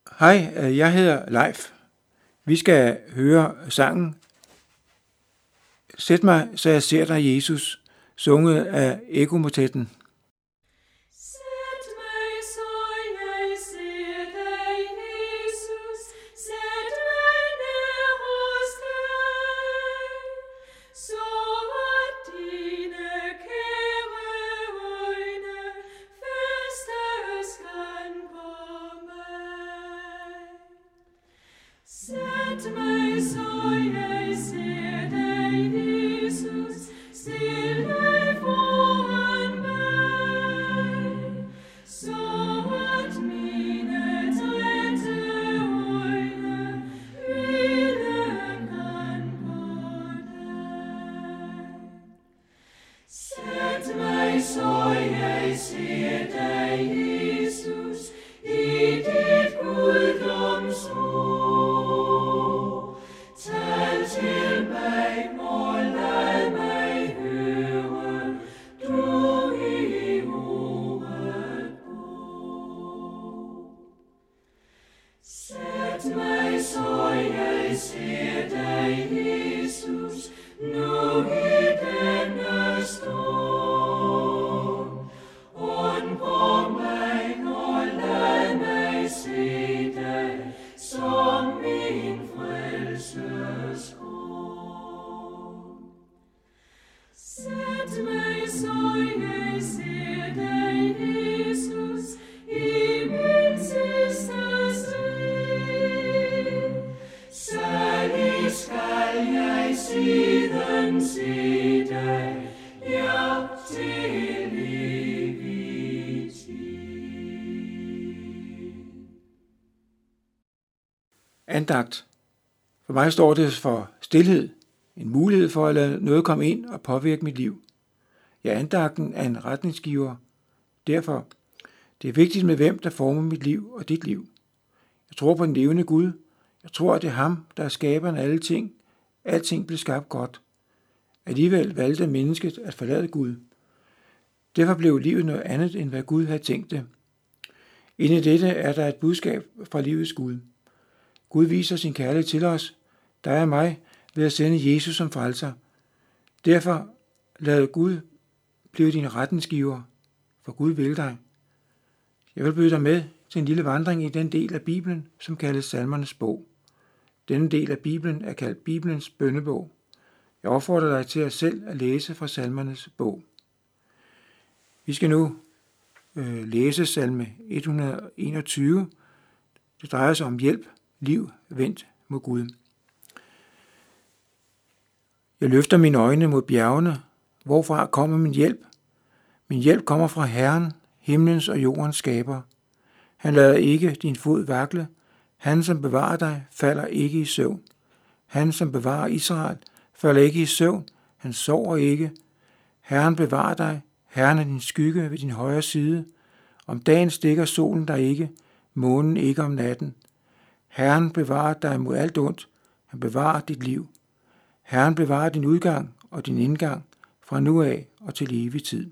Hej, jeg hedder Leif. Vi skal høre sangen Sæt mig, så jeg ser dig, Jesus, sunget af Ekomotetten. Sæt mig, så jeg ser dig, Jesus. Sæt mig ned hos dig, så at dine kære øjne festes kan på mig. Sæt mig, så jeg ser dig, Jesus. Stil dig foran mig, så at mine trætte øjne hvile kan på dig. Sæt mig, så jeg ser dig, Jesus, i dit guddomsord. Tal til mig og lad mig høre, du i ordet bor. Sæt mig, så jeg ser dig, Jesus, nu i denne stund. Ånd på mig og lad mig se dig som min frelses grund. Sæt mig, så jeg ser dig, Jesus, i min sidste strid. Salig skal jeg siden se dig, ja, til evig tid. Andagt. For mig står det for stilhed, en mulighed for at lade noget komme ind og påvirke mit liv. Ja, andagten er en retningsgiver. Derfor, det er vigtigt med hvem, der former mit liv og dit liv. Jeg tror på den levende Gud. Jeg tror, at det er ham, der er skaberen af alle ting. Alting blev skabt godt. Alligevel valgte mennesket at forlade Gud. Derfor blev livet noget andet, end hvad Gud havde tænkt det. Inde i dette er der et budskab fra livets Gud. Gud viser sin kærlighed til os, dig og mig, ved at sende Jesus som frelser. Derfor lad Gud blive din retningsgiver, for Gud vil dig. Jeg vil byde dig med til en lille vandring i den del af Bibelen, som kaldes Salmernes bog. Denne del af Bibelen er kaldt Bibelens bønnebog. Jeg opfordrer dig til at selv at læse fra Salmernes bog. Vi skal nu læse salme 121. Det drejer sig om hjælp, liv, vendt mod Gud. Jeg løfter mine øjne mod bjergene. Hvorfra kommer min hjælp? Min hjælp kommer fra Herren, himlens og jordens skaber. Han lader ikke din fod vakle. Han, som bevarer dig, falder ikke i søvn. Han, som bevarer Israel, falder ikke i søvn. Han sover ikke. Herren bevarer dig. Herren er din skygge ved din højre side. Om dagen stikker solen dig ikke, månen ikke om natten. Herren bevarer dig mod alt ondt. Han bevarer dit liv. Herren bevarer din udgang og din indgang fra nu af og til evig tid.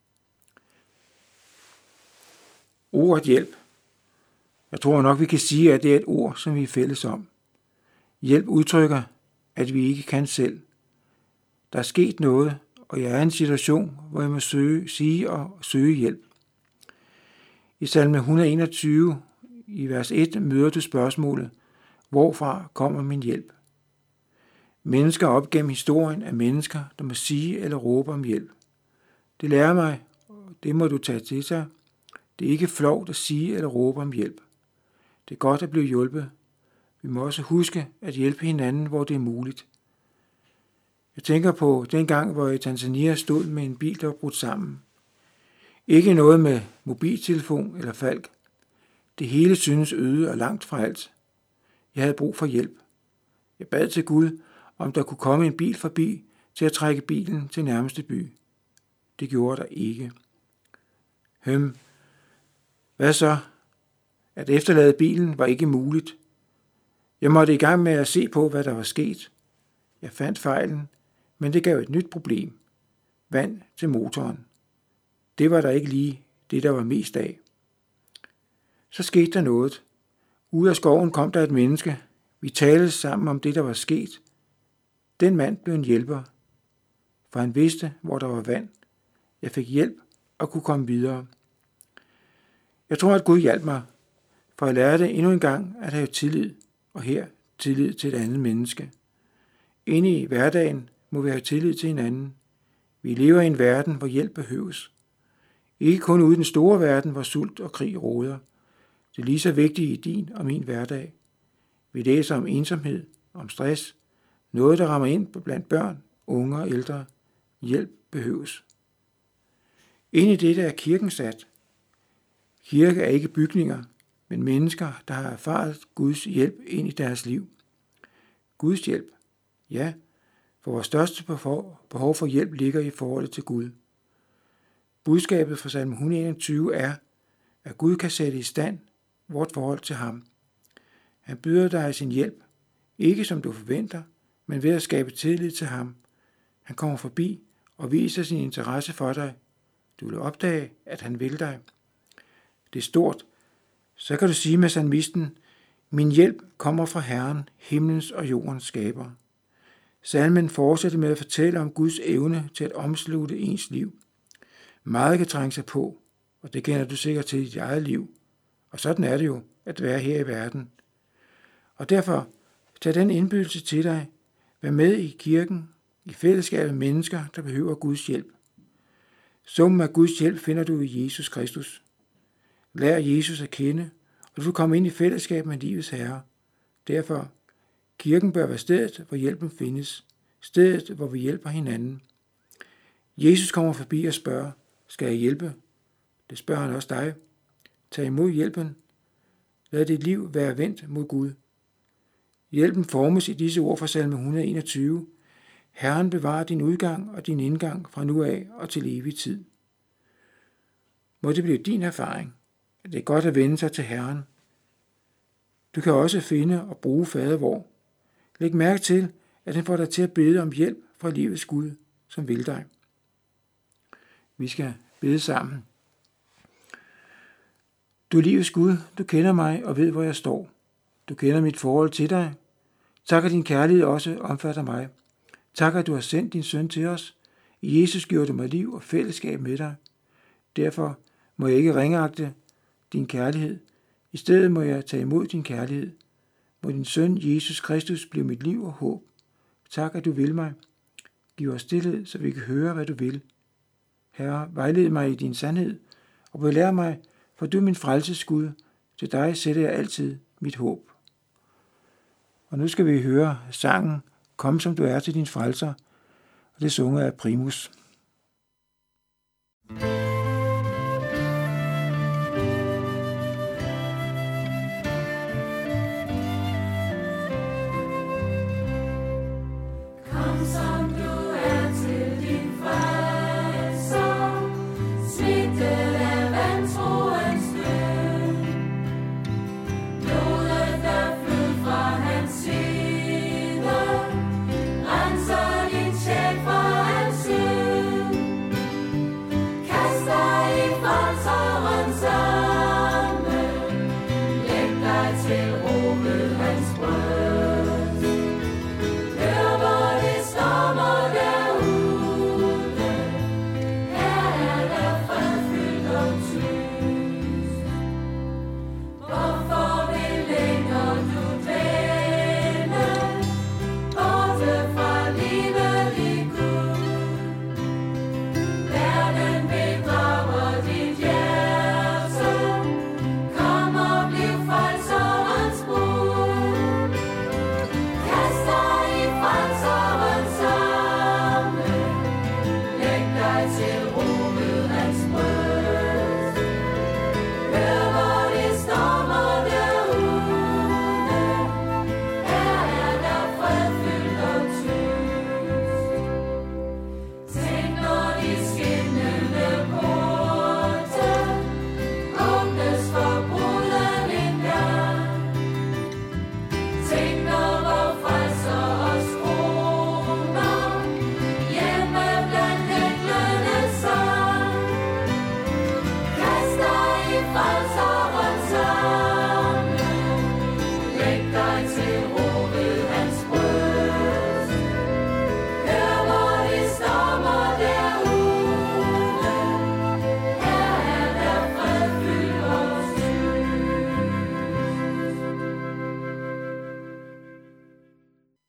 Ordet hjælp. Jeg tror nok, vi kan sige, at det er et ord, som vi er fælles om. Hjælp udtrykker, at vi ikke kan selv. Der er sket noget, og jeg er i en situation, hvor jeg må søge hjælp. I salme 121, i vers 1, møder du spørgsmålet, hvorfra kommer min hjælp? Mennesker op gennem historien er mennesker, der må sige eller råbe om hjælp. Det lærer mig, og det må du tage til sig. Det er ikke flovt at sige eller råbe om hjælp. Det er godt at blive hjulpet. Vi må også huske at hjælpe hinanden, hvor det er muligt. Jeg tænker på den gang, hvor jeg i Tanzania stod med en bil, der var brudt sammen. Ikke noget med mobiltelefon eller falk. Det hele synes øde og langt fra alt. Jeg havde brug for hjælp. Jeg bad til Gud, om der kunne komme en bil forbi til at trække bilen til nærmeste by. Det gjorde der ikke. Hvad så? At efterlade bilen var ikke muligt. Jeg måtte i gang med at se på, hvad der var sket. Jeg fandt fejlen, men det gav et nyt problem. Vand til motoren. Det var der ikke lige det, der var mest af. Så skete der noget. Ude af skoven kom der et menneske. Vi talte sammen om det, der var sket. Den mand blev en hjælper, for han vidste, hvor der var vand. Jeg fik hjælp og kunne komme videre. Jeg tror, at Gud hjalp mig, for jeg lærte endnu en gang at have tillid, og her tillid til et andet menneske. Inde i hverdagen må vi have tillid til hinanden. Vi lever i en verden, hvor hjælp behøves. Ikke kun ude i den store verden, hvor sult og krig råder. Det er lige så vigtigt i din og min hverdag. Vi læser om ensomhed, om stress, noget der rammer ind blandt børn, unge og ældre. Hjælp behøves. Ind i dette er kirken sat. Kirke er ikke bygninger, men mennesker, der har erfaret Guds hjælp ind i deres liv. Guds hjælp, ja, for vores største behov for hjælp ligger i forholdet til Gud. Budskabet fra salme 121 er, at Gud kan sætte i stand vort forhold til ham. Han byder dig sin hjælp, ikke som du forventer, men ved at skabe tillid til ham. Han kommer forbi og viser sin interesse for dig. Du vil opdage, at han vil dig. Det er stort. Så kan du sige med salmisten, min hjælp kommer fra Herren, himlens og jordens skaber. Salmen fortsætter med at fortælle om Guds evne til at omslutte ens liv. Meget kan trænge sig på, og det kender du sikkert til i dit eget liv. Og sådan er det jo at være her i verden. Og derfor tag den indbydelse til dig. Vær med i kirken, i fællesskabet med mennesker, der behøver Guds hjælp. Summen af Guds hjælp finder du i Jesus Kristus. Lær Jesus at kende, og du vil komme ind i fællesskab med livets Herre. Derfor, kirken bør være stedet, hvor hjælpen findes. Stedet, hvor vi hjælper hinanden. Jesus kommer forbi og spørger, skal jeg hjælpe? Det spørger han også dig. Tag imod hjælpen. Lad dit liv være vendt mod Gud. Hjælpen formes i disse ord fra salme 121. Herren bevarer din udgang og din indgang fra nu af og til evig tid. Må det blive din erfaring, at det er godt at vende sig til Herren. Du kan også finde og bruge fadervor. Læg mærke til, at han får dig til at bede om hjælp fra livets Gud, som vil dig. Vi skal bede sammen. Du er livets Gud, du kender mig og ved, hvor jeg står. Du kender mit forhold til dig. Tak, at din kærlighed også omfatter mig. Tak, at du har sendt din søn til os. I Jesus giver du mig liv og fællesskab med dig. Derfor må jeg ikke ringeagte din kærlighed. I stedet må jeg tage imod din kærlighed. Må din søn Jesus Kristus blive mit liv og håb. Tak, at du vil mig. Giv os stillhed, så vi kan høre, hvad du vil. Herre, vejled mig i din sandhed, og belær mig, for du er min frelses Gud. Til dig sætter jeg altid mit håb. Og nu skal vi høre sangen Kom som du er til din frelser, og det sunget af Primus. Til ro ved hans brød.